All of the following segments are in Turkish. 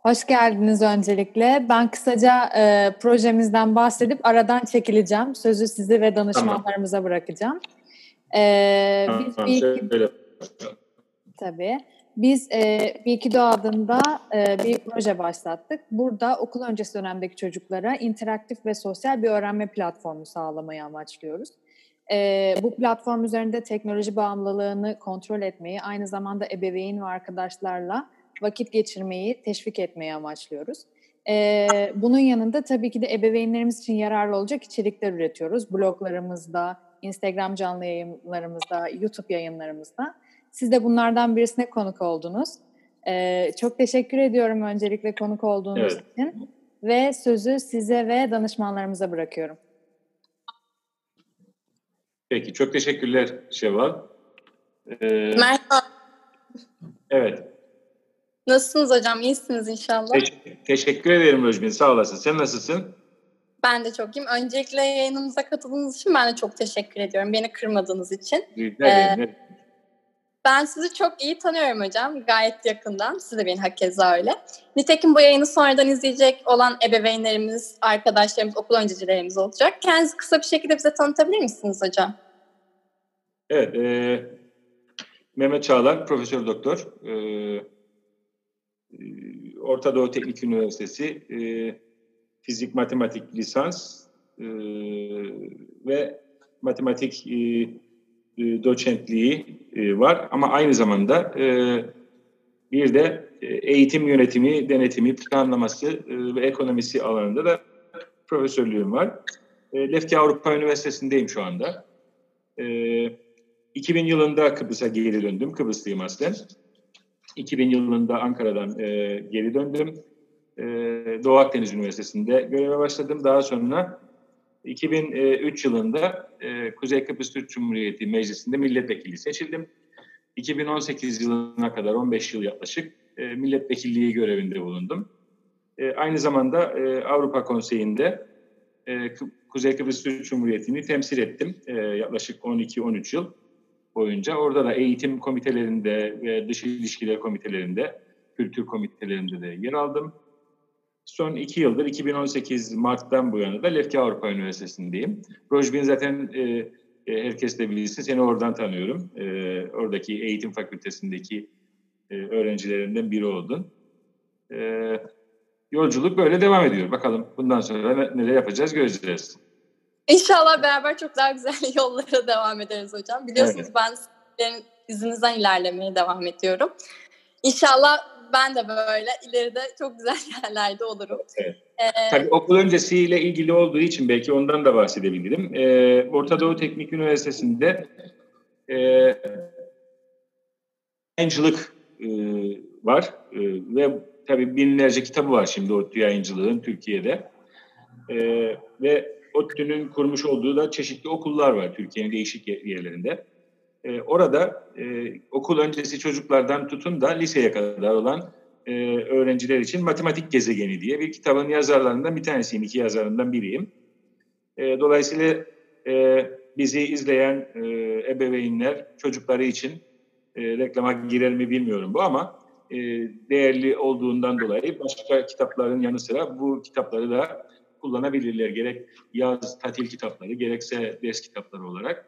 Hoş geldiniz öncelikle. Ben kısaca projemizden bahsedip aradan çekileceğim. Sözü sizi ve Tamam. danışmanlarımıza bırakacağım. Biz Tamam, şöyle. tabii. Biz Bir2Do adında bir proje başlattık. Burada okul öncesi dönemdeki çocuklara interaktif ve sosyal bir öğrenme platformu sağlamayı amaçlıyoruz. Bu platform üzerinde teknoloji bağımlılığını kontrol etmeyi, aynı zamanda ebeveyn ve arkadaşlarla vakit geçirmeyi teşvik etmeyi amaçlıyoruz. Bunun yanında tabii ki de ebeveynlerimiz için yararlı olacak içerikler üretiyoruz. Bloglarımızda, Instagram canlı yayınlarımızda, YouTube yayınlarımızda. Siz de bunlardan birisine konuk oldunuz. Çok teşekkür ediyorum öncelikle konuk olduğunuz için. Ve sözü size ve danışmanlarımıza bırakıyorum. Peki, çok teşekkürler Şevval. Merhaba. Evet. Nasılsınız hocam? İyisiniz inşallah. Teşekkür ederim Rojbin, sağ olasın. Sen nasılsın? Ben de çok iyiyim. Öncelikle yayınımıza katıldığınız için ben de çok teşekkür ediyorum. Beni kırmadığınız için. Rica ederim. Ben sizi çok iyi tanıyorum hocam. Gayet yakından. Siz de beni hakeza öyle. Nitekim bu yayını sonradan izleyecek olan ebeveynlerimiz, arkadaşlarımız, okul öncecilerimiz olacak. Kendinizi kısa bir şekilde bize tanıtabilir misiniz hocam? Evet. Mehmet Çağlar, Profesör Doktor. Orta Doğu Teknik Üniversitesi Fizik Matematik Lisans ve matematik doçentliği var. Ama aynı zamanda bir de eğitim yönetimi, denetimi, planlaması ve ekonomisi alanında da profesörlüğüm var. Lefke Avrupa Üniversitesi'ndeyim şu anda. 2000 yılında Kıbrıs'a geri döndüm. Kıbrıslıyım aslen. 2000 yılında Ankara'dan geri döndüm. Doğu Akdeniz Üniversitesi'nde göreve başladım. Daha sonra 2003 yılında Kuzey Kıbrıs Türk Cumhuriyeti Meclisi'nde milletvekili seçildim. 2018 yılına kadar 15 yıl yaklaşık milletvekilliği görevinde bulundum. Aynı zamanda Avrupa Konseyi'nde Kuzey Kıbrıs Türk Cumhuriyeti'ni temsil ettim yaklaşık 12-13 yıl boyunca. Orada da eğitim komitelerinde ve dış ilişkiler komitelerinde, kültür komitelerinde de yer aldım. Son 2 yıldır, 2018 Mart'tan bu yana da Lefke Avrupa Üniversitesi'ndeyim. Rojbin zaten herkes de bilirsin, seni oradan tanıyorum. Oradaki eğitim fakültesindeki öğrencilerinden biri oldun. Yolculuk böyle devam ediyor. Bakalım bundan sonra neler yapacağız göreceğiz. İnşallah beraber çok daha güzel yollara devam ederiz hocam. Biliyorsunuz evet. Ben sizlerin izinizden ilerlemeye devam ediyorum. İnşallah ben de böyle ileride çok güzel yerlerde olurum. Evet. Tabii okul öncesiyle ilgili olduğu için belki ondan da bahsedebilirim. Orta Doğu Teknik Üniversitesi'nde yayıncılık var ve tabii binlerce kitabı var şimdi ODTÜ yayıncılığın Türkiye'de. Ve ODTÜ'nün kurmuş olduğu da çeşitli okullar var Türkiye'nin değişik yerlerinde. Orada okul öncesi çocuklardan tutun da liseye kadar olan öğrenciler için Matematik Gezegeni diye bir kitabın yazarlarından bir tanesiyim, 2 yazarından biriyim. Dolayısıyla bizi izleyen ebeveynler çocukları için reklama girer mi bilmiyorum bu ama değerli olduğundan dolayı başka kitapların yanı sıra bu kitapları da kullanabilirler. Gerek yaz tatil kitapları gerekse ders kitapları olarak.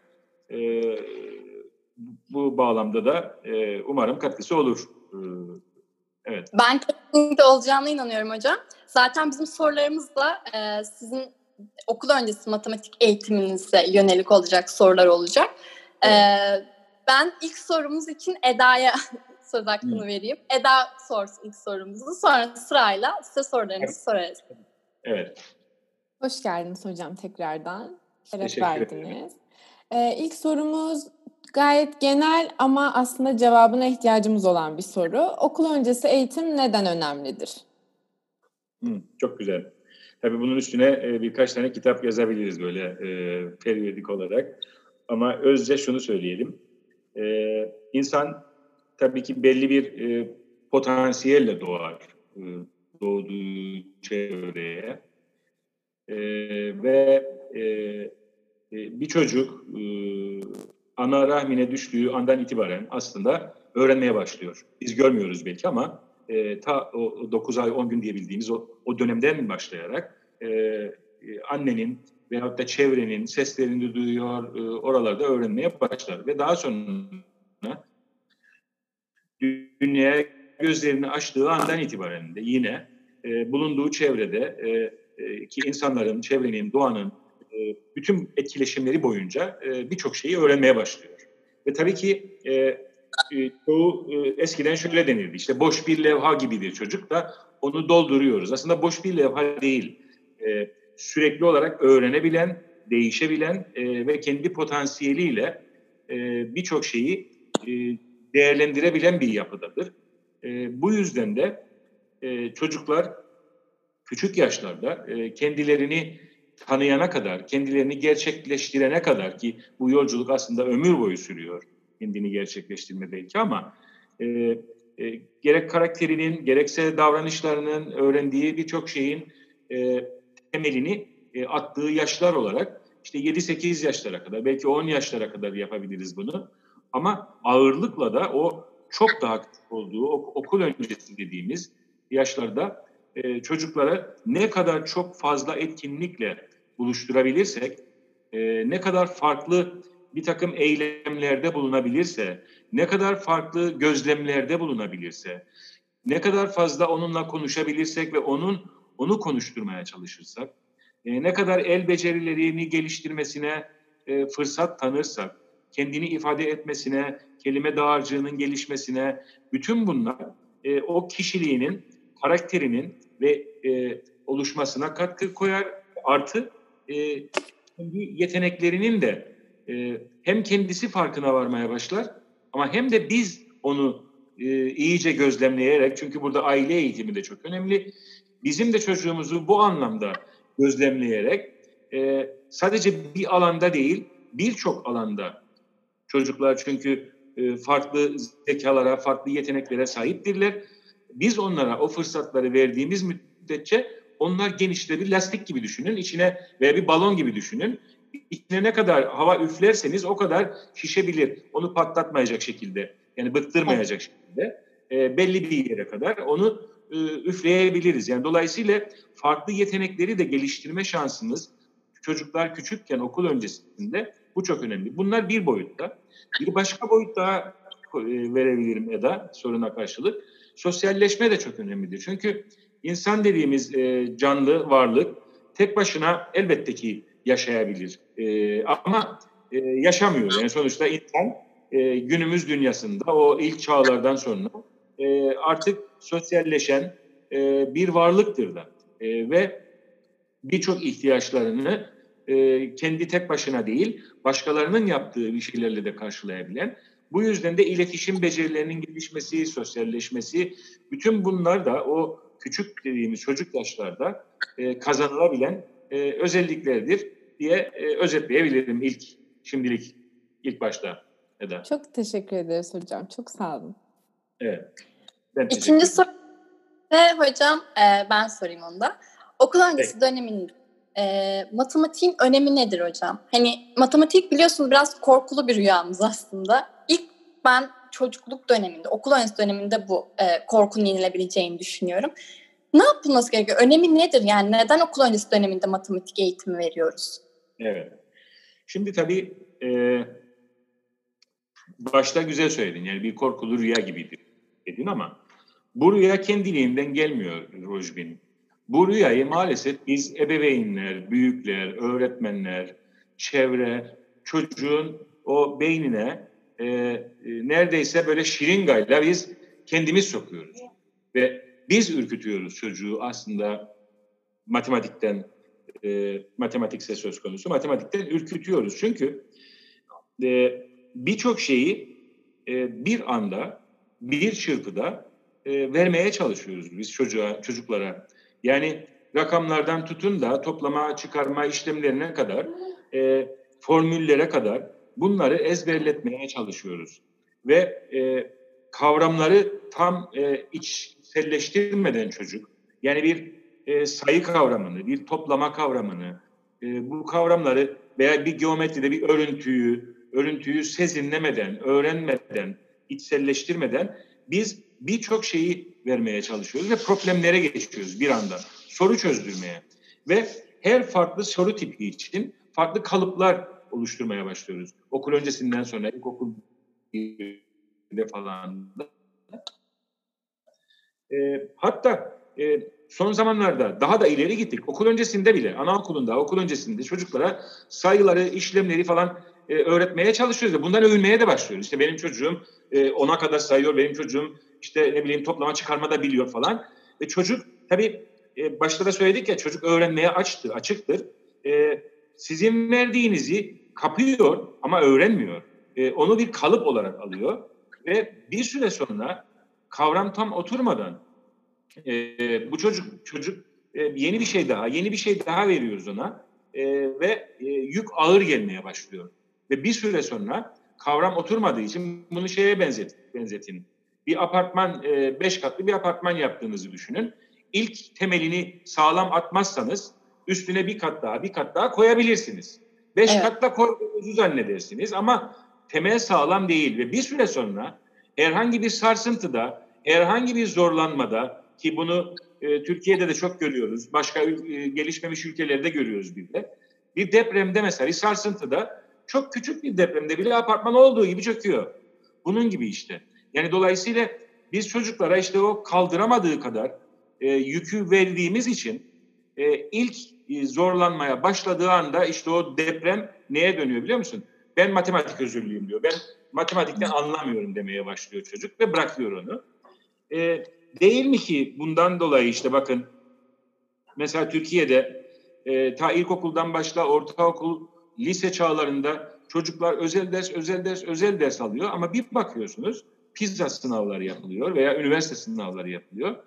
Bu bağlamda da umarım katkısı olur. Evet. Ben kesinlikle olacağına inanıyorum hocam. Zaten bizim sorularımızla sizin okul öncesi matematik eğitiminize yönelik olacak sorular olacak. Evet. Ben ilk sorumuz için Eda'ya söz hakkını vereyim. Eda sorsun ilk sorumuzu. Sonra sırayla size sorularınızı sorarız. Evet. Hoş geldiniz hocam tekrardan. Şeref verdiniz. İlk sorumuz gayet genel ama aslında cevabına ihtiyacımız olan bir soru. Okul öncesi eğitim neden önemlidir? Çok güzel. Tabii bunun üstüne birkaç tane kitap yazabiliriz böyle periyodik olarak. Ama özce şunu söyleyelim. İnsan tabii ki belli bir potansiyelle doğar. Doğduğu çevreye. Ve bir çocuk ana rahmine düştüğü andan itibaren aslında öğrenmeye başlıyor. Biz görmüyoruz belki ama ta o 9 ay 10 gün diyebildiğimiz o dönemden başlayarak annenin veyahut da çevrenin seslerini duyuyor, oralarda öğrenmeye başlar. Ve daha sonra dünyaya gözlerini açtığı andan itibaren de yine bulunduğu çevrede ki insanların, çevrenin, doğanın bütün etkileşimleri boyunca birçok şeyi öğrenmeye başlıyor. Ve tabii ki çoğu eskiden şöyle denirdi, işte boş bir levha gibidir çocuk da onu dolduruyoruz. Aslında boş bir levha değil, sürekli olarak öğrenebilen, değişebilen ve kendi potansiyeliyle birçok şeyi değerlendirebilen bir yapıdadır. Bu yüzden de çocuklar küçük yaşlarda kendilerini tanıyana kadar, kendilerini gerçekleştirene kadar, ki bu yolculuk aslında ömür boyu sürüyor, kendini gerçekleştirme belki, ama gerek karakterinin, gerekse davranışlarının, öğrendiği birçok şeyin temelini attığı yaşlar olarak işte 7-8 yaşlara kadar, belki 10 yaşlara kadar yapabiliriz bunu. Ama ağırlıkla da o çok daha küçük olduğu okul öncesi dediğimiz yaşlarda çocuklara ne kadar çok fazla etkinlikle buluşturabilirsek, ne kadar farklı bir takım eylemlerde bulunabilirse, ne kadar farklı gözlemlerde bulunabilirse, ne kadar fazla onunla konuşabilirsek ve onu konuşturmaya çalışırsak, ne kadar el becerilerini geliştirmesine fırsat tanırsak, kendini ifade etmesine, kelime dağarcığının gelişmesine, bütün bunlar o kişiliğinin, karakterinin ve oluşmasına katkı koyar. Artı kendi yeteneklerinin de hem kendisi farkına varmaya başlar, ama hem de biz onu iyice gözlemleyerek, çünkü burada aile eğitimi de çok önemli, bizim de çocuğumuzu bu anlamda gözlemleyerek sadece bir alanda değil, birçok alanda çocuklar çünkü farklı zekalara, farklı yeteneklere sahiptirler. Biz onlara o fırsatları verdiğimiz müddetçe onlar genişte bir lastik gibi düşünün, içine veya bir balon gibi düşünün. İçine ne kadar hava üflerseniz o kadar şişebilir. Onu patlatmayacak şekilde, yani bıktırmayacak şekilde belli bir yere kadar onu üfleyebiliriz. Yani dolayısıyla farklı yetenekleri de geliştirme şansınız çocuklar küçükken, okul öncesinde, bu çok önemli. Bunlar bir boyutta. Bir başka boyut daha verebilirim Eda, soruna karşılık. Sosyalleşme de çok önemlidir. Çünkü insan dediğimiz canlı varlık tek başına elbette ki yaşayabilir. Ama yaşamıyor. Yani sonuçta insan günümüz dünyasında o ilk çağlardan sonra artık sosyalleşen bir varlıktır da. Ve birçok ihtiyaçlarını kendi tek başına değil, başkalarının yaptığı bir şeylerle de karşılayabilen, bu yüzden de iletişim becerilerinin gelişmesi, sosyalleşmesi, bütün bunlar da o küçük dediğimiz çocuk yaşlarda kazanılabilen özelliklerdir diye özetleyebilirim şimdilik ilk başta Eda. Çok teşekkür ederiz hocam. Çok sağ olun. Evet. İkinci soru hocam, ben sorayım onu da. Okul öncesi döneminde matematiğin önemi nedir hocam? Hani matematik biliyorsunuz biraz korkulu bir rüyamız aslında. İlk ben çocukluk döneminde, okul öncesi döneminde bu korkunun yenilebileceğini düşünüyorum. Ne yapılması gerekiyor? Önemi nedir? Yani neden okul öncesi döneminde matematik eğitimi veriyoruz? Evet. Şimdi tabii başta güzel söyledin. Yani bir korkulu rüya gibidir dedin, ama bu rüya kendiliğinden gelmiyor Rojbin. Bu rüyayı maalesef biz ebeveynler, büyükler, öğretmenler, çevre, çocuğun o beynine neredeyse böyle şiringayla biz kendimiz sokuyoruz. Ve biz ürkütüyoruz çocuğu aslında matematikten, matematikse söz konusu, matematikten ürkütüyoruz. Çünkü birçok şeyi bir anda, bir çırpıda vermeye çalışıyoruz biz çocuklara. Yani rakamlardan tutun da toplama, çıkarma işlemlerine kadar, formüllere kadar bunları ezberletmeye çalışıyoruz. Ve kavramları tam içselleştirmeden çocuk, yani bir sayı kavramını, bir toplama kavramını, bu kavramları veya bir geometride bir örüntüyü sezinlemeden, öğrenmeden, içselleştirmeden biz birçok şeyi vermeye çalışıyoruz ve problemlere geçiyoruz bir anda. Soru çözdürmeye. Ve her farklı soru tipi için farklı kalıplar oluşturmaya başlıyoruz. Okul öncesinden sonra, ilkokul falan. Hatta son zamanlarda daha da ileri gittik. Okul öncesinde bile, anaokulunda, okul öncesinde çocuklara sayıları, işlemleri falan öğretmeye çalışıyoruz. Bundan övünmeye de başlıyoruz. İşte benim çocuğum 10'a kadar sayıyor, benim çocuğum işte ne bileyim toplama çıkarma da biliyor falan. Ve çocuk tabii başta da söyledik ya, çocuk öğrenmeye açıktır. Sizin verdiğinizi kapıyor ama öğrenmiyor. Onu bir kalıp olarak alıyor ve bir süre sonra kavram tam oturmadan bu çocuk yeni bir şey daha veriyoruz ona ve yük ağır gelmeye başlıyor. Ve bir süre sonra kavram oturmadığı için bunu şeye benzetin. Bir apartman, 5 katlı bir apartman yaptığınızı düşünün. İlk temelini sağlam atmazsanız üstüne bir kat daha koyabilirsiniz. 5 katla koyduğunuzu zannedersiniz ama temel sağlam değil ve bir süre sonra herhangi bir sarsıntıda, herhangi bir zorlanmada, ki bunu Türkiye'de de çok görüyoruz, başka gelişmemiş ülkelerde görüyoruz bir de. Bir depremde mesela, bir sarsıntıda, çok küçük bir depremde bile apartman olduğu gibi çöküyor. Bunun gibi işte. Yani dolayısıyla biz çocuklara işte o kaldıramadığı kadar yükü verdiğimiz için ilk zorlanmaya başladığı anda işte o deprem neye dönüyor biliyor musun? Ben matematik özürlüyüm diyor. Ben matematikten anlamıyorum demeye başlıyor çocuk ve bırakıyor onu. Değil mi ki bundan dolayı işte bakın mesela Türkiye'de ta ilkokuldan başla ortaokul, lise çağlarında çocuklar özel ders alıyor ama bir bakıyorsunuz PISA sınavları yapılıyor veya üniversite sınavları yapılıyor.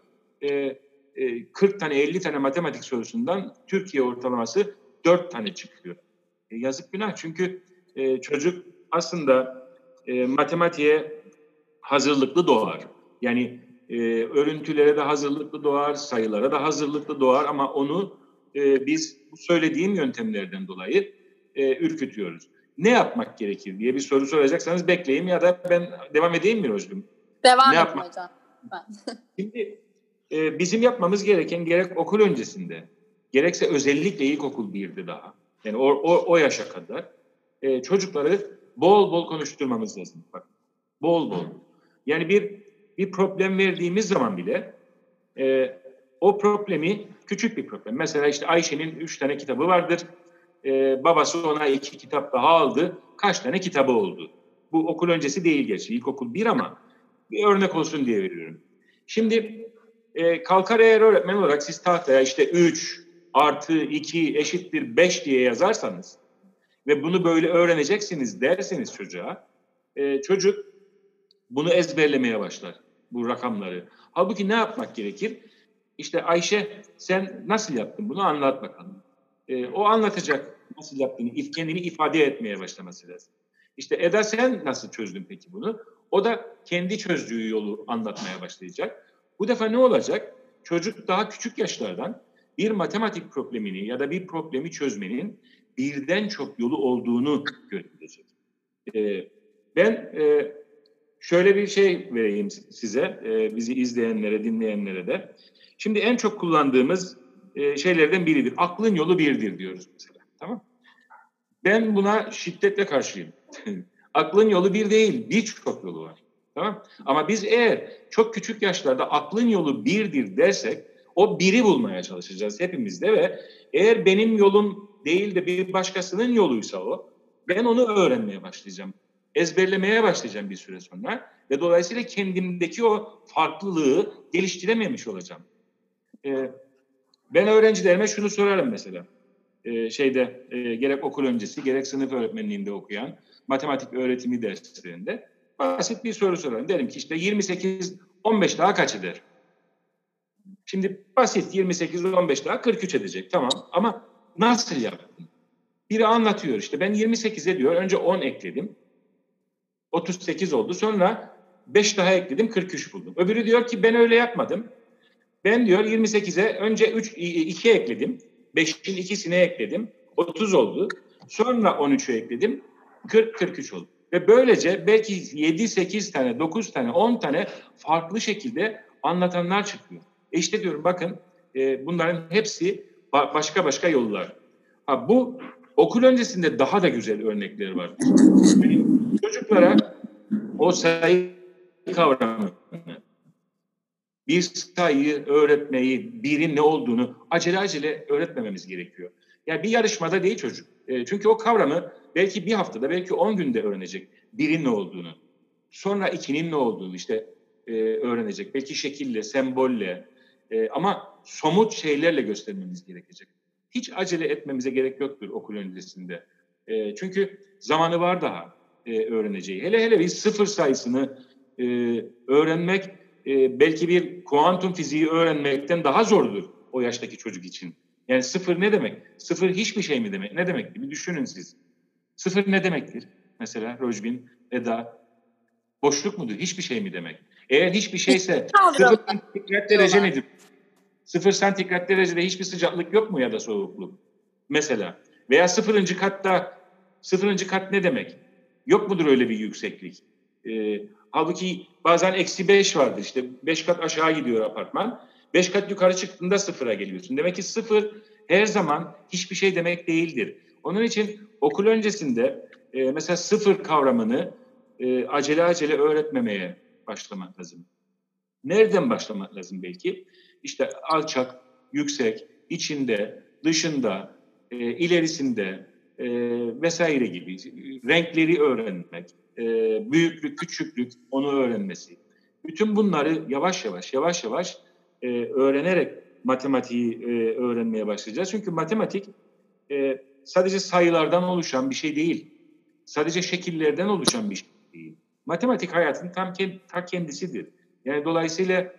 40 tane 50 tane matematik sorusundan Türkiye ortalaması 4 tane çıkıyor. Yazık günah çünkü çocuk aslında matematiğe hazırlıklı doğar. Yani örüntülere de hazırlıklı doğar, sayılara da hazırlıklı doğar ama onu biz bu söylediğim yöntemlerden dolayı ürkütüyoruz. Ne yapmak gerekir diye bir soru soracaksanız bekleyeyim ya da ben devam edeyim mi Özgün? Devam edin hocam. Şimdi bizim yapmamız gereken gerek okul öncesinde, gerekse özellikle ilkokul 1'de daha. Yani o yaşa kadar çocukları bol bol konuşturmamız lazım. Bak, bol bol. Yani bir problem verdiğimiz zaman bile o problemi küçük bir problem. Mesela işte Ayşe'nin 3 tane kitabı vardır. Babası ona 2 kitap daha aldı. Kaç tane kitabı oldu? Bu okul öncesi değil gerçi. İlkokul 1 ama bir örnek olsun diye veriyorum. Şimdi kalkar eğer öğretmen olarak siz tahtaya işte 3 artı 2 eşittir 5 diye yazarsanız ve bunu böyle öğreneceksiniz derseniz çocuğa, çocuk bunu ezberlemeye başlar, bu rakamları. Halbuki ne yapmak gerekir? İşte Ayşe sen nasıl yaptın bunu anlat bakalım. O anlatacak nasıl yaptığını, kendini ifade etmeye başlaması lazım. İşte Eda sen nasıl çözdün peki bunu? O da kendi çözdüğü yolu anlatmaya başlayacak. Bu defa ne olacak? Çocuk daha küçük yaşlardan bir matematik problemini ya da bir problemi çözmenin birden çok yolu olduğunu görecek. Ben şöyle bir şey vereyim size, bizi izleyenlere, dinleyenlere de. Şimdi en çok kullandığımız şeylerden biridir. Aklın yolu birdir diyoruz mesela. Tamam? Ben buna şiddetle karşıyım. Aklın yolu bir değil, birçok yolu var. Tamam? Ama biz eğer çok küçük yaşlarda aklın yolu birdir dersek, o biri bulmaya çalışacağız hepimizde ve eğer benim yolum değil de bir başkasının yoluysa o, ben onu öğrenmeye başlayacağım. Ezberlemeye başlayacağım bir süre sonra ve dolayısıyla kendimdeki o farklılığı geliştirememiş olacağım. Ben öğrencilerime şunu sorarım mesela. Gerek okul öncesi gerek sınıf öğretmenliğinde okuyan matematik öğretimi derslerinde basit bir soru sorarım. Derim ki işte 28 15 daha kaç eder? Şimdi basit 28 15 daha 43 edecek. Tamam ama nasıl yaptın? Biri anlatıyor işte ben 28'e diyor önce 10 ekledim. 38 oldu. Sonra 5 daha ekledim 43 buldum. Öbürü diyor ki ben öyle yapmadım. Ben diyor 28'e önce 2 ekledim. 5'in ikisine ekledim. 30 oldu. Sonra 13'ü ekledim. 43 oldu. Ve böylece belki 7-8 tane, 9 tane, 10 tane farklı şekilde anlatanlar çıkıyor. İşte diyorum bakın bunların hepsi başka başka yollar. Bu okul öncesinde daha da güzel örnekler var. Yani çocuklara o sayı kavramını, bir sayıyı öğretmeyi, birin ne olduğunu acele öğretmememiz gerekiyor. Yani bir yarışmada değil çocuk. Çünkü o kavramı belki bir haftada, belki 10 günde öğrenecek. Birin ne olduğunu. Sonra ikinin ne olduğunu öğrenecek. Belki şekille, sembolle ama somut şeylerle göstermemiz gerekecek. Hiç acele etmemize gerek yoktur okul öncesinde. Çünkü zamanı var daha öğreneceği. Hele bir sıfır sayısını öğrenmek belki bir kuantum fiziği öğrenmekten daha zordur o yaştaki çocuk için. Yani sıfır ne demek? Sıfır hiçbir şey mi demek? Ne demek? Bir düşünün siz. Sıfır ne demektir? Mesela Rojbin, Eda, boşluk mudur? Hiçbir şey mi demek? Eğer hiçbir şeyse sıfır santigrat derece nedir? Sıfır santigrat derecede hiçbir sıcaklık yok mu ya da soğukluk? Mesela. Veya sıfırıncı kat ne demek? Yok mudur öyle bir yükseklik? Halbuki bazen -5 vardır. İşte 5 kat aşağı gidiyor apartman. 5 kat yukarı çıktığında sıfıra geliyorsun. Demek ki sıfır her zaman hiçbir şey demek değildir. Onun için okul öncesinde mesela sıfır kavramını acele öğretmemeye başlamak lazım. Nereden başlamak lazım belki? İşte alçak, yüksek, içinde, dışında, ilerisinde vesaire gibi renkleri öğrenmek, büyüklük, küçüklük onu öğrenmesi. Bütün bunları yavaş yavaş öğrenerek matematiği öğrenmeye başlayacağız. Çünkü matematik sadece sayılardan oluşan bir şey değil. Sadece şekillerden oluşan bir şey değil. Matematik hayatın ta kendisidir. Yani dolayısıyla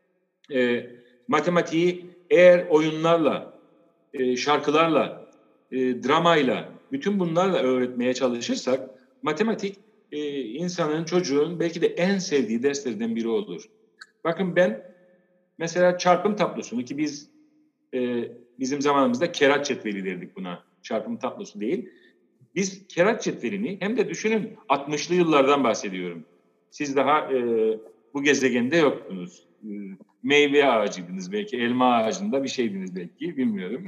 matematiği eğer oyunlarla, şarkılarla, dramayla, bütün bunlarla öğretmeye çalışırsak matematik insanın, çocuğun belki de en sevdiği derslerden biri olur. Bakın ben mesela çarpım tablosunu ki biz bizim zamanımızda Kerat cetveli derdik buna. Çarpım tablosu değil. Biz Kerat cetvelini hem de düşünün 60'lı yıllardan bahsediyorum. Siz daha bu gezegende yoktunuz. Meyve ağacıydınız belki, elma ağacında bir şeydiniz belki, bilmiyorum.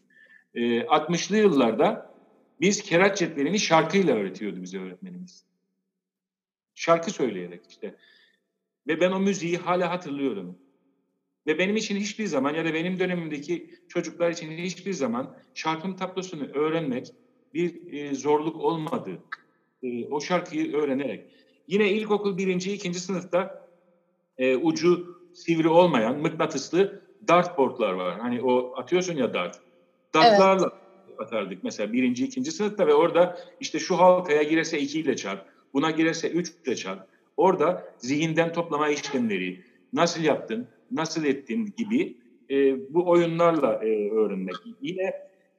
60'lı yıllarda biz Kerat cetvelini şarkıyla öğretiyordu bize öğretmenimiz. Şarkı söyleyerek işte. Ve ben o müziği hala hatırlıyorum. Ve benim için hiçbir zaman ya da benim dönemimdeki çocuklar için hiçbir zaman çarpım tablosunu öğrenmek bir zorluk olmadı. O şarkıyı öğrenerek. Yine ilkokul 1. 2. sınıfta ucu sivri olmayan mıknatıslı dartboardlar var. Hani o atıyorsun ya dart. Dartlarla atardık mesela 1. 2. sınıfta ve orada işte şu halkaya girerse 2 ile çarp, buna girerse 3 ile çarp. Orada zihinden toplama işlemleri, nasıl yaptın, nasıl ettin gibi bu oyunlarla öğrenmek. Yine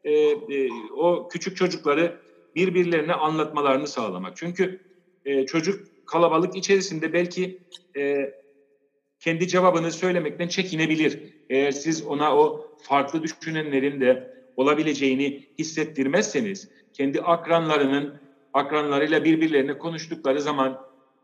o küçük çocukları birbirlerine anlatmalarını sağlamak. Çünkü çocuk kalabalık içerisinde belki kendi cevabını söylemekten çekinebilir. Eğer siz ona o farklı düşünenlerin de olabileceğini hissettirmezseniz, kendi akranlarıyla birbirlerine konuştukları zaman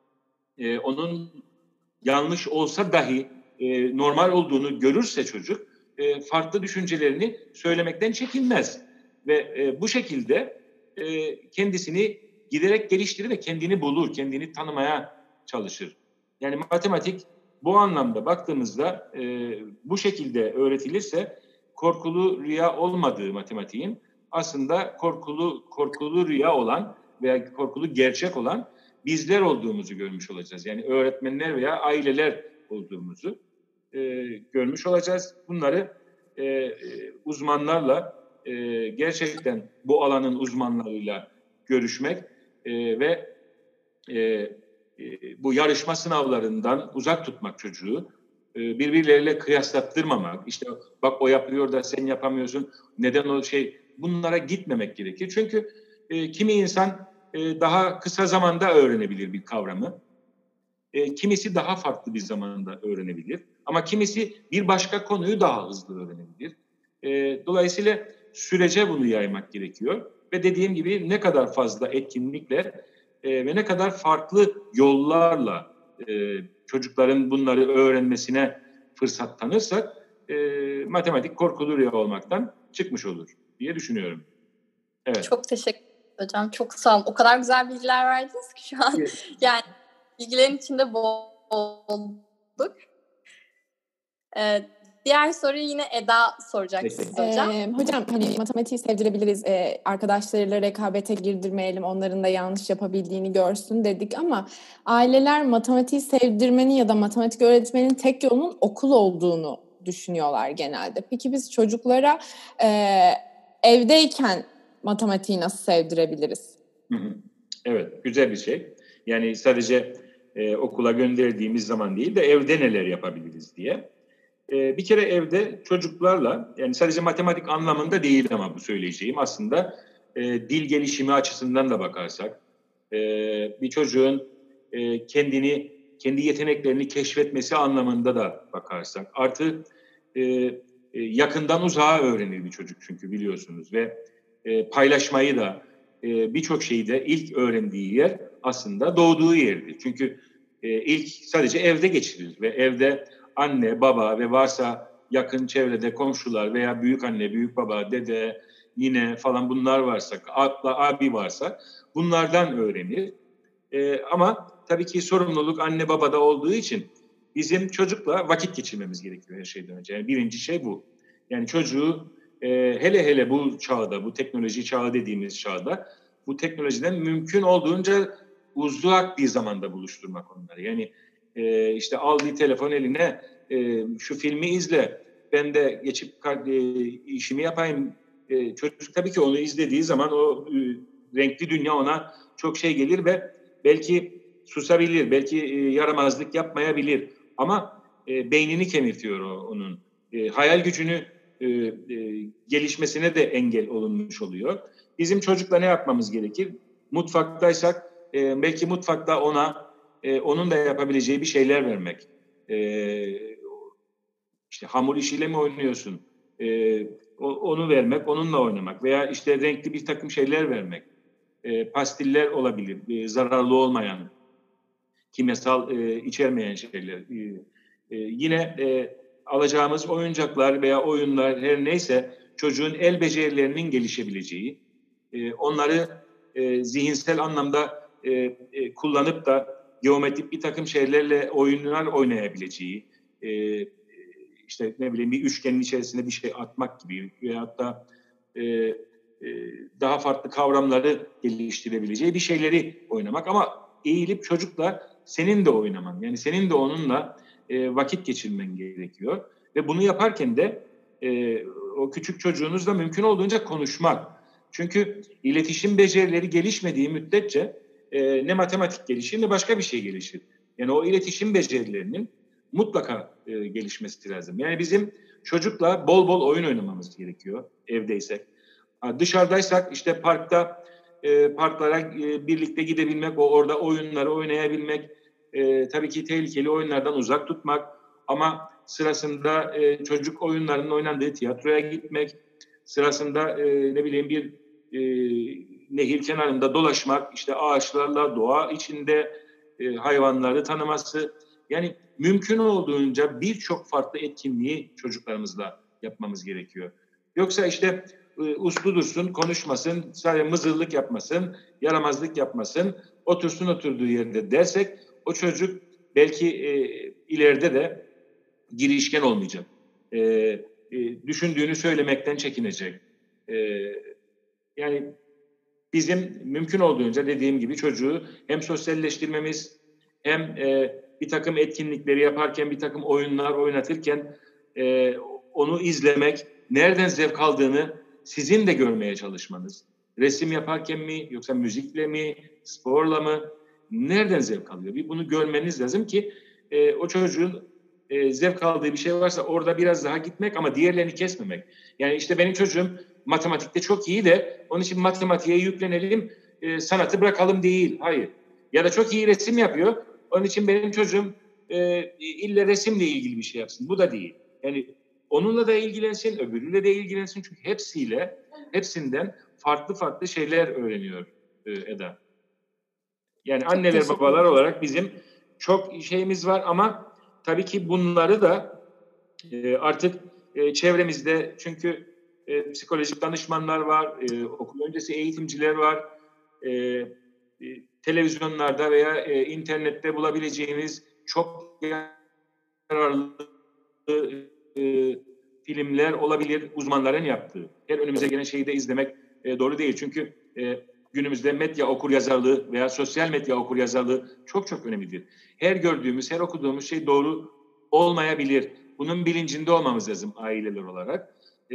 onun yanlış olsa dahi normal olduğunu görürse çocuk farklı düşüncelerini söylemekten çekinmez. Ve bu şekilde kendisini giderek geliştirir ve kendini bulur, kendini tanımaya çalışır. Yani matematik bu anlamda baktığımızda bu şekilde öğretilirse korkulu rüya olmadığı matematiğin aslında korkulu rüya olan veya korkulu gerçek olan bizler olduğumuzu görmüş olacağız. Yani öğretmenler veya aileler olduğumuzu görmüş olacağız. Bunları uzmanlarla gerçekten bu alanın uzmanlarıyla görüşmek ve bu yarışma sınavlarından uzak tutmak çocuğu, birbirleriyle kıyaslattırmamak, işte bak o yapıyor da sen yapamıyorsun, neden o bunlara gitmemek gerekir. Çünkü kimi insan daha kısa zamanda öğrenebilir bir kavramı, kimisi daha farklı bir zamanda öğrenebilir ama kimisi bir başka konuyu daha hızlı öğrenebilir. Dolayısıyla sürece bunu yaymak gerekiyor ve dediğim gibi ne kadar fazla etkinlikle ve ne kadar farklı yollarla çocukların bunları öğrenmesine fırsat tanırsak matematik korkulu rüya olmaktan çıkmış olur diye düşünüyorum. Evet. Çok teşekkür ederim hocam. Çok sağ olun. O kadar güzel bilgiler verdiniz ki şu an. Yani bilgilerin içinde boğulduk. Diğer soruyu yine Eda soracak size hocam. Hocam hani matematiği sevdirebiliriz, arkadaşlarıyla rekabete girdirmeyelim, onların da yanlış yapabildiğini görsün dedik ama aileler matematiği sevdirmenin ya da matematik öğretmenin tek yolunun okul olduğunu düşünüyorlar genelde. Peki biz çocuklara evdeyken matematiği nasıl sevdirebiliriz? Evet, güzel bir şey. Yani sadece okula gönderdiğimiz zaman değil de evde neler yapabiliriz diye. Bir kere evde çocuklarla, yani sadece matematik anlamında değil ama bu söyleyeceğim aslında dil gelişimi açısından da bakarsak, bir çocuğun kendi yeteneklerini keşfetmesi anlamında da bakarsak, artı yakından uzağa öğrenir bir çocuk çünkü biliyorsunuz ve paylaşmayı da birçok şeyi de ilk öğrendiği yer aslında doğduğu yerdir. Çünkü ilk sadece evde geçirilir ve evde anne, baba ve varsa yakın çevrede komşular veya büyük anne, büyük baba, dede, nine falan bunlar varsa, abla, abi varsa bunlardan öğrenir. Ama tabii ki sorumluluk anne babada olduğu için bizim çocukla vakit geçirmemiz gerekiyor her şeyden önce. Yani birinci şey bu. Yani çocuğu hele bu çağda, bu teknoloji çağı dediğimiz çağda bu teknolojiden mümkün olduğunca uzak bir zamanda buluşturmak onları. Yani işte al bir telefon eline, şu filmi izle, ben de geçip işimi yapayım. Çocuk tabii ki onu izlediği zaman o renkli dünya ona çok şey gelir ve belki susabilir, belki yaramazlık yapmayabilir. Ama beynini kemirtiyor onun. Hayal gücünü gelişmesine de engel olunmuş oluyor. Bizim çocukla ne yapmamız gerekir? Mutfaktaysak belki mutfakta ona onun da yapabileceği bir şeyler vermek. İşte hamur işiyle mi oynuyorsun? Onu vermek, onunla oynamak veya işte renkli bir takım şeyler vermek. Pastiller olabilir, zararlı olmayan, kimyasal içermeyen şeyler. Yine alacağımız oyuncaklar veya oyunlar her neyse çocuğun el becerilerinin gelişebileceği, onları zihinsel anlamda kullanıp da geometrik bir takım şeylerle oyunlar oynayabileceği, işte ne bileyim bir üçgenin içerisine bir şey atmak gibi veyahut da daha farklı kavramları geliştirebileceği bir şeyleri oynamak ama eğilip çocukla senin de oynaman, yani senin de onunla vakit geçirmen gerekiyor ve bunu yaparken de o küçük çocuğunuzla mümkün olduğunca konuşmak. Çünkü iletişim becerileri gelişmediği müddetçe ne matematik gelişir ne başka bir şey gelişir. Yani o iletişim becerilerinin mutlaka gelişmesi lazım. Yani bizim çocukla bol bol oyun oynamamız gerekiyor evdeysek. Dışarıdaysak işte parklara birlikte gidebilmek, orada oyunları oynayabilmek, tabii ki tehlikeli oyunlardan uzak tutmak ama sırasında çocuk oyunlarının oynandığı tiyatroya gitmek, sırasında ne bileyim bir nehir kenarında dolaşmak, işte ağaçlarla, doğa içinde hayvanları tanıması. Yani mümkün olduğunca birçok farklı etkinliği çocuklarımızla yapmamız gerekiyor. Yoksa işte uslu dursun, konuşmasın, sadece mızırlık yapmasın, yaramazlık yapmasın, otursun oturduğu yerde dersek o çocuk belki ileride de girişken olmayacak. Düşündüğünü söylemekten çekinecek. Yani bizim mümkün olduğunca dediğim gibi çocuğu hem sosyalleştirmemiz hem bir takım etkinlikleri yaparken, bir takım oyunlar oynatırken onu izlemek, nereden zevk aldığını sizin de görmeye çalışmanız. Resim yaparken mi, yoksa müzikle mi, sporla mı, nereden zevk alıyor? Bunu görmeniz lazım ki o çocuğun zevk aldığı bir şey varsa orada biraz daha gitmek ama diğerlerini kesmemek. Yani işte benim çocuğum matematikte çok iyi de onun için matematiğe yüklenelim, sanatı bırakalım değil. Hayır. Ya da çok iyi resim yapıyor. Onun için benim çocuğum illa resimle ilgili bir şey yapsın. Bu da değil. Yani onunla da ilgilensin, öbürüyle de ilgilensin. Çünkü hepsinden farklı farklı şeyler öğreniyor Eda. Yani anneler babalar olarak bizim çok şeyimiz var ama tabii ki bunları da artık çevremizde, çünkü psikolojik danışmanlar var, okul öncesi eğitimciler var, televizyonlarda veya internette bulabileceğimiz çok yararlı filmler olabilir, uzmanların yaptığı. Her önümüze gelen şeyi de izlemek doğru değil. Çünkü günümüzde medya okuryazarlığı veya sosyal medya okuryazarlığı çok çok önemlidir. Her gördüğümüz, her okuduğumuz şey doğru olmayabilir. Bunun bilincinde olmamız lazım aileler olarak.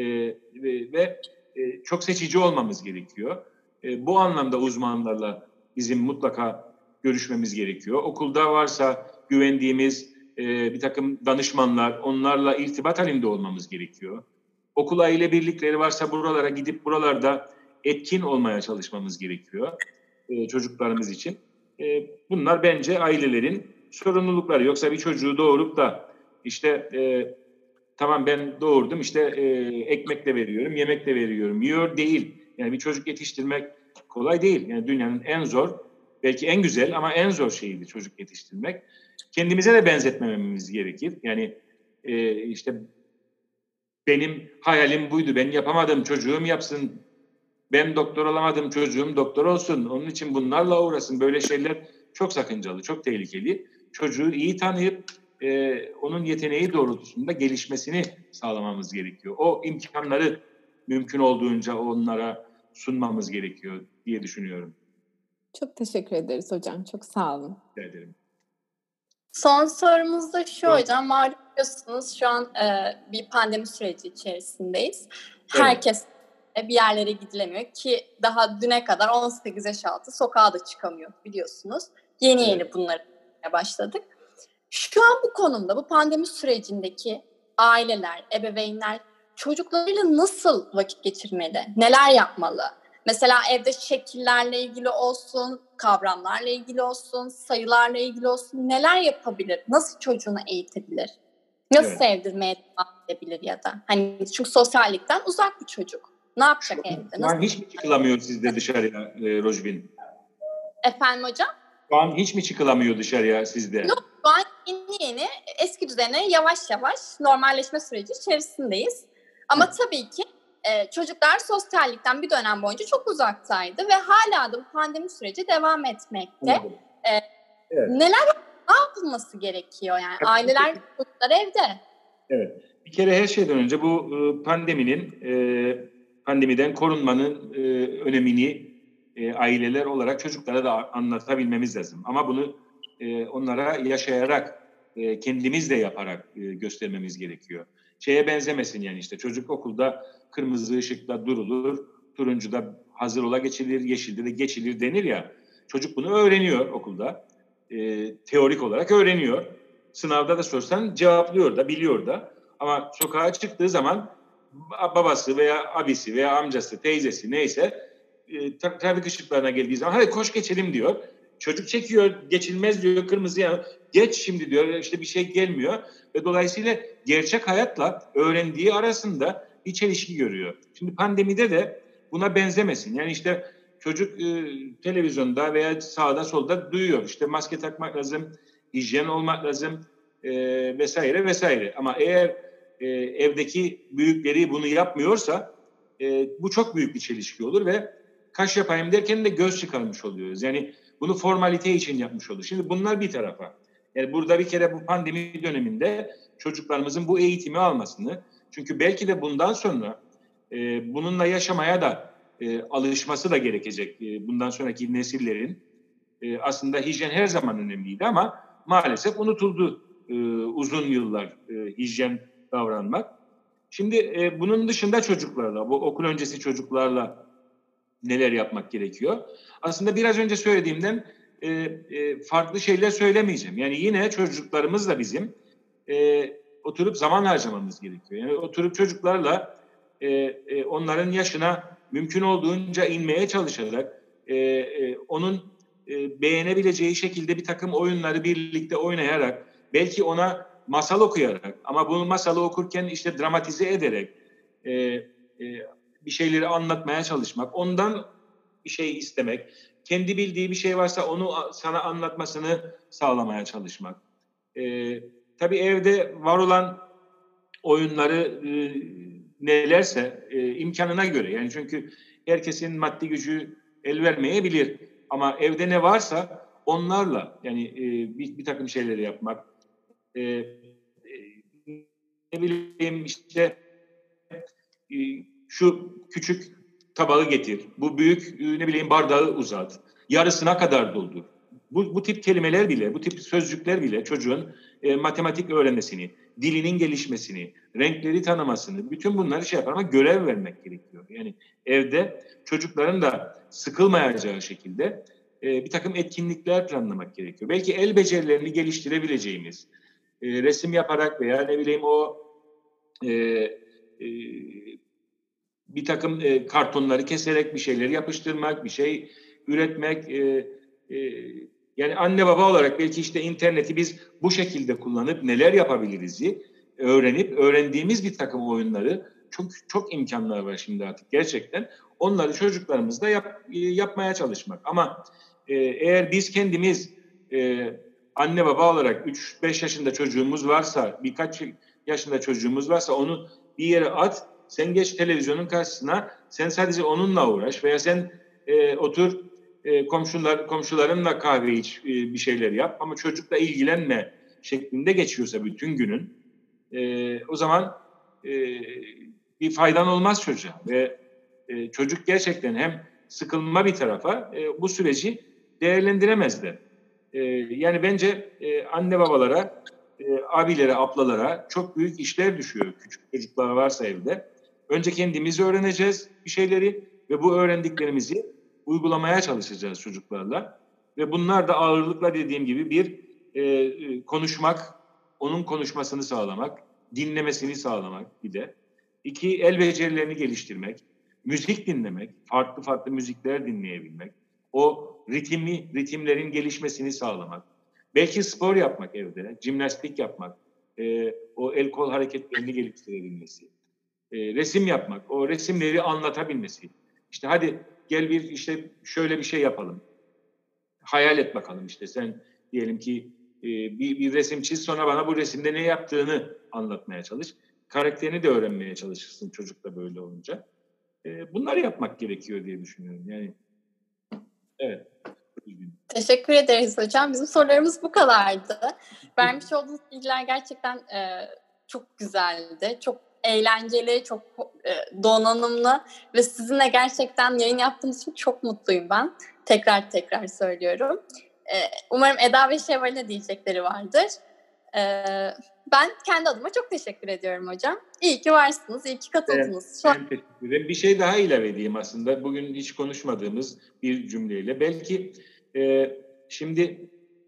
Ve çok seçici olmamız gerekiyor. Bu anlamda uzmanlarla bizim mutlaka görüşmemiz gerekiyor. Okulda varsa güvendiğimiz bir takım danışmanlar, onlarla irtibat halinde olmamız gerekiyor. Okul aile birlikleri varsa buralara gidip buralarda etkin olmaya çalışmamız gerekiyor çocuklarımız için. Bunlar bence ailelerin sorumlulukları. Yoksa bir çocuğu doğurup da işte tamam ben doğurdum, işte ekmek de veriyorum, yemek de veriyorum, yiyor değil. Yani bir çocuk yetiştirmek kolay değil. Yani dünyanın en zor, belki en güzel ama en zor şeyidir çocuk yetiştirmek. Kendimize de benzetmememiz gerekir. Yani işte benim hayalim buydu, ben yapamadım, çocuğum yapsın. Ben doktor olamadım, çocuğum doktor olsun. Onun için bunlarla uğraşsın. Böyle şeyler çok sakıncalı, çok tehlikeli. Çocuğu iyi tanıyıp onun yeteneği doğrultusunda gelişmesini sağlamamız gerekiyor. O imkanları mümkün olduğunca onlara sunmamız gerekiyor diye düşünüyorum. Çok teşekkür ederiz hocam. Çok sağ olun. Teşekkür ederim. Son sorumuz da şu hocam. Malum biliyorsunuz şu an bir pandemi süreci içerisindeyiz. Herkes bir yerlere gidilemiyor ki daha düne kadar 18 yaş altı sokağa da çıkamıyor biliyorsunuz. Yeni bunları başladık. Şu an bu konumda, bu pandemi sürecindeki aileler, ebeveynler çocuklarıyla nasıl vakit geçirmeli? Neler yapmalı? Mesela evde şekillerle ilgili olsun, kavramlarla ilgili olsun, sayılarla ilgili olsun neler yapabilir? Nasıl çocuğunu eğitebilir? Nasıl sevdirmeye devam edebilir ya da? Hani çünkü sosyallikten uzak bir çocuk. Ne yapacak evde? Şu an hiç mi çıkılamıyor sizde dışarıya Rojbin? Efendim hocam? Şu an hiç mi çıkılamıyor dışarıya sizde? Yok, şu an yeni eski düzene yavaş yavaş normalleşme süreci içerisindeyiz. Ama tabii ki çocuklar sosyallikten bir dönem boyunca çok uzaktaydı ve hala da bu pandemi süreci devam etmekte. Ne yapılması gerekiyor yani? Aileler, çocuklar evde. Evet. Bir kere her şeyden önce bu pandemiden korunmanın önemini aileler olarak çocuklara da anlatabilmemiz lazım. Ama bunu onlara yaşayarak, kendimiz de yaparak göstermemiz gerekiyor. Şeye benzemesin yani, işte çocuk okulda kırmızı ışıkta durulur, turuncuda hazır ola geçilir, yeşilde de geçilir denir ya. Çocuk bunu öğreniyor okulda. Teorik olarak öğreniyor. Sınavda da sorsan cevaplıyor da, biliyor da. Ama sokağa çıktığı zaman babası veya abisi veya amcası, teyzesi neyse trafik ışıklarına geldiği zaman hadi koş geçelim diyor. Çocuk çekiyor, geçilmez diyor, kırmızıya geç şimdi diyor, işte bir şey gelmiyor. Ve dolayısıyla gerçek hayatla öğrendiği arasında bir çelişki görüyor. Şimdi pandemide de buna benzemesin. Yani işte çocuk televizyonda veya sağda solda duyuyor. İşte maske takmak lazım, hijyen olmak lazım vesaire vesaire. Ama eğer evdeki büyükleri bunu yapmıyorsa bu çok büyük bir çelişki olur ve kaş yapayım derken de göz çıkarmış oluyoruz. Yani bunu formalite için yapmış oluyoruz. Şimdi bunlar bir tarafa. Yani burada bir kere bu pandemi döneminde çocuklarımızın bu eğitimi almasını, çünkü belki de bundan sonra bununla yaşamaya da alışması da gerekecek. Bundan sonraki nesillerin aslında hijyen her zaman önemliydi ama maalesef unutuldu uzun yıllar hijyen davranmak. Şimdi bunun dışında çocuklarla, bu okul öncesi çocuklarla neler yapmak gerekiyor? Aslında biraz önce söylediğimden farklı şeyler söylemeyeceğim. Yani yine çocuklarımızla bizim oturup zaman harcamamız gerekiyor. Yani oturup çocuklarla onların yaşına mümkün olduğunca inmeye çalışarak onun beğenebileceği şekilde bir takım oyunları birlikte oynayarak, belki ona masal okuyarak, ama bu masalı okurken işte dramatize ederek bir şeyleri anlatmaya çalışmak, ondan bir şey istemek. kendi bildiği bir şey varsa onu sana anlatmasını sağlamaya çalışmak. Tabii evde var olan oyunları nelerse imkanına göre. Yani çünkü herkesin maddi gücü el vermeyebilir. Ama evde ne varsa onlarla yani bir takım şeyleri yapmak. Ne bileyim işte şu küçük tabağı getir. Bu büyük ne bileyim bardağı uzat. Yarısına kadar doldur. Bu tip kelimeler bile, bu tip sözcükler bile çocuğun matematik öğrenmesini, dilinin gelişmesini, renkleri tanımasını, bütün bunları şey yapar ama görev vermek gerekiyor. Yani evde çocukların da sıkılmayacağı şekilde bir takım etkinlikler planlamak gerekiyor. Belki el becerilerini geliştirebileceğimiz, resim yaparak veya ne bileyim o bir takım kartonları keserek bir şeyleri yapıştırmak, bir şey üretmek. Yani anne baba olarak belki işte interneti biz bu şekilde kullanıp neler yapabiliriz'i öğrenip öğrendiğimiz bir takım oyunları çok imkanlar var şimdi artık gerçekten. Onları çocuklarımızla yapmaya çalışmak. Ama eğer biz kendimiz anne baba olarak 3-5 yaşında çocuğumuz varsa, birkaç yaşında çocuğumuz varsa onu bir yere at, sen geç televizyonun karşısına, sen sadece onunla uğraş veya sen otur komşularınla kahve iç, bir şeyler yap ama çocukla ilgilenme şeklinde geçiyorsa bütün günün o zaman bir faydan olmaz çocuğa ve çocuk gerçekten hem sıkılma bir tarafa bu süreci değerlendiremez de. Yani bence anne babalara, abilere, ablalara çok büyük işler düşüyor küçük çocuklar varsa evde. Önce kendimiz öğreneceğiz bir şeyleri ve bu öğrendiklerimizi uygulamaya çalışacağız çocuklarla. Ve bunlar da ağırlıkla dediğim gibi bir konuşmak, onun konuşmasını sağlamak, dinlemesini sağlamak bir de. 2, el becerilerini geliştirmek, müzik dinlemek, farklı farklı müzikler dinleyebilmek, o ritimlerin gelişmesini sağlamak. Belki spor yapmak evde, jimnastik yapmak, o el kol hareketlerini geliştirebilmesi, resim yapmak, o resimleri anlatabilmesi. İşte hadi gel işte şöyle bir şey yapalım. Hayal et bakalım işte sen diyelim ki bir resim çiz sonra bana bu resimde ne yaptığını anlatmaya çalış. Karakterini de öğrenmeye çalışırsın çocukla böyle olunca. Bunları yapmak gerekiyor diye düşünüyorum. Yani evet. Teşekkür ederiz hocam. Bizim sorularımız bu kadardı. Vermiş olduğunuz bilgiler gerçekten çok güzeldi. Çok eğlenceli, çok donanımlı ve sizinle gerçekten yayın yaptığımız için çok mutluyum ben. Tekrar söylüyorum. Umarım Eda ve Şevval'in de diyecekleri vardır. Ben kendi adıma çok teşekkür ediyorum hocam. İyi ki varsınız, iyi ki katıldınız. Ben teşekkür ederim. Bir şey daha ilave edeyim aslında. Bugün hiç konuşmadığımız bir cümleyle. Belki şimdi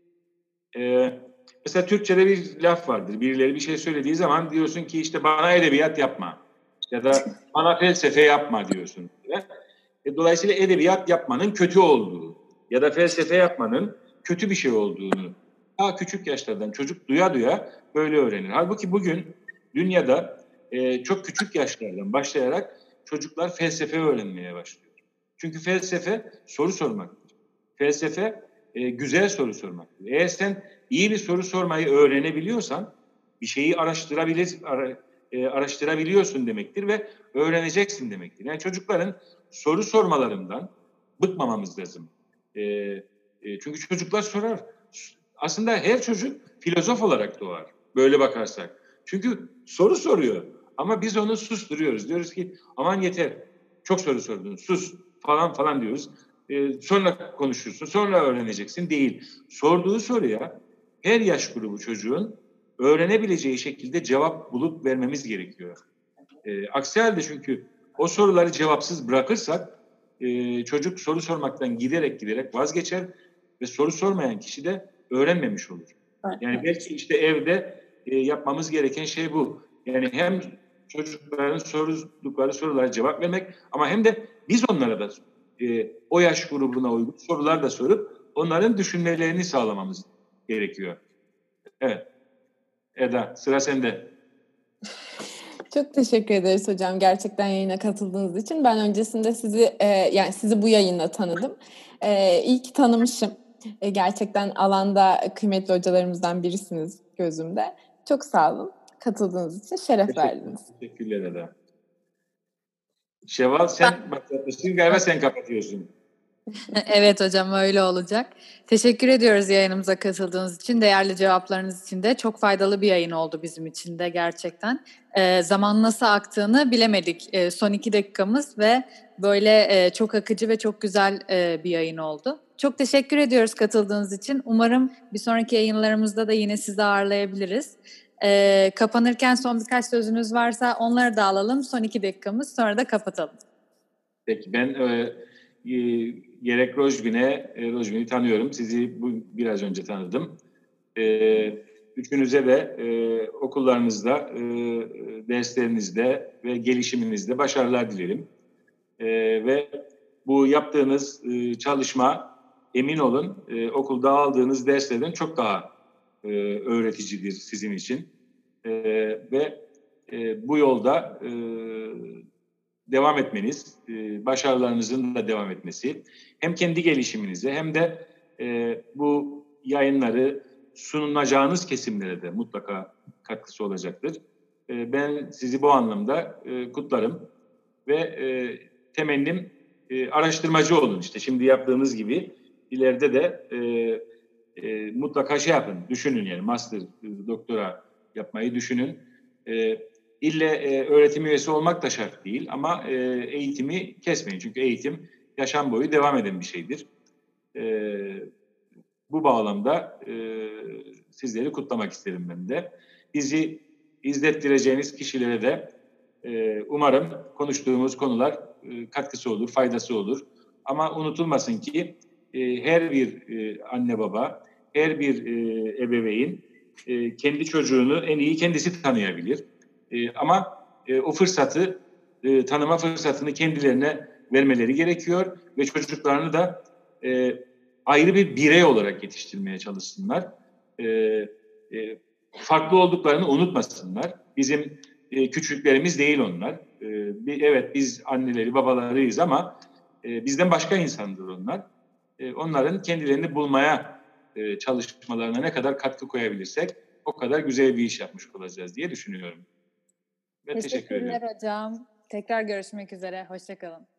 mesela Türkçe'de bir laf vardır. Birileri bir şey söylediği zaman diyorsun ki işte bana edebiyat yapma ya da bana felsefe yapma diyorsun. Dolayısıyla edebiyat yapmanın kötü olduğu ya da felsefe yapmanın kötü bir şey olduğunu daha küçük yaşlardan çocuk duya böyle öğrenir. Halbuki bugün dünyada çok küçük yaşlardan başlayarak çocuklar felsefe öğrenmeye başlıyor. Çünkü felsefe soru sormaktır. Felsefe güzel soru sormaktır. Eğer sen iyi bir soru sormayı öğrenebiliyorsan bir şeyi araştırabiliyorsun demektir ve öğreneceksin demektir. Yani çocukların soru sormalarından bıkmamamız lazım. Çünkü çocuklar sorar. Aslında her çocuk filozof olarak doğar. Böyle bakarsak. Çünkü soru soruyor. Ama biz onu susturuyoruz. Diyoruz ki aman yeter. Çok soru sordun. Sus falan diyoruz. Sonra konuşursun. Sonra öğreneceksin. Değil. Sorduğu soruya her yaş grubu çocuğun öğrenebileceği şekilde cevap bulup vermemiz gerekiyor. Aksi halde çünkü o soruları cevapsız bırakırsak çocuk soru sormaktan giderek vazgeçer ve soru sormayan kişi de öğrenmemiş olur. Yani belki işte evde yapmamız gereken şey bu. Yani hem çocukların sordukları sorulara cevap vermek ama hem de biz onlara da o yaş grubuna uygun sorular da sorup onların düşünmelerini sağlamamız gerekiyor. Evet. Eda, sıra sende. Çok teşekkür ederiz hocam gerçekten yayına katıldığınız için. Ben öncesinde sizi bu yayınla tanıdım. İyi ki tanımışım. Gerçekten alanda kıymetli hocalarımızdan birisiniz gözümde. Çok sağ olun. Katıldığınız için şeref verdiniz. Teşekkürler Eda. Şevval sen başlatmışsın galiba, sen kapatıyorsun. Evet hocam, öyle olacak. Teşekkür ediyoruz yayınımıza katıldığınız için, değerli cevaplarınız için de. Çok faydalı bir yayın oldu bizim için de gerçekten. Zaman nasıl aktığını bilemedik son 2 dakikamız ve böyle çok akıcı ve çok güzel bir yayın oldu. Çok teşekkür ediyoruz katıldığınız için. Umarım bir sonraki yayınlarımızda da yine sizi ağırlayabiliriz. Kapanırken son birkaç sözünüz varsa onları da alalım. Son 2 dakikamız, sonra da kapatalım. Peki ben gerek Rojbin'i tanıyorum. Sizi biraz önce tanıdım. Üçünüze de okullarınızda, derslerinizde ve gelişiminizde başarılar dilerim. Ve bu yaptığınız çalışma, emin olun okulda aldığınız derslerden çok daha öğreticidir sizin için. Ve bu yolda devam etmeniz, başarılarınızın da devam etmesi, hem kendi gelişiminize hem de bu yayınları sunulacağınız kesimlere de mutlaka katkısı olacaktır. Ben sizi bu anlamda kutlarım ve temennim araştırmacı olun. İşte şimdi yaptığınız gibi ileride de mutlaka yapın, düşünün yani master, doktora yapmayı düşünün. İlle öğretim üyesi olmak da şart değil ama eğitimi kesmeyin. Çünkü eğitim yaşam boyu devam eden bir şeydir. Bu bağlamda sizleri kutlamak isterim ben de. Bizi izlettireceğiniz kişilere de umarım konuştuğumuz konular katkısı olur, faydası olur. Ama unutulmasın ki her bir anne baba, her bir ebeveyn kendi çocuğunu en iyi kendisi tanıyabilir. Ama o fırsatı, tanıma fırsatını kendilerine vermeleri gerekiyor ve çocuklarını da ayrı bir birey olarak yetiştirmeye çalışsınlar. Farklı olduklarını unutmasınlar. Bizim küçüklerimiz değil onlar. Evet, biz anneleri, babalarıyız ama bizden başka insandır onlar. Onların kendilerini bulmaya çalışmalarına ne kadar katkı koyabilirsek o kadar güzel bir iş yapmış olacağız diye düşünüyorum. Ve teşekkür ederim. Teşekkürler hocam. Tekrar görüşmek üzere. Hoşça kalın.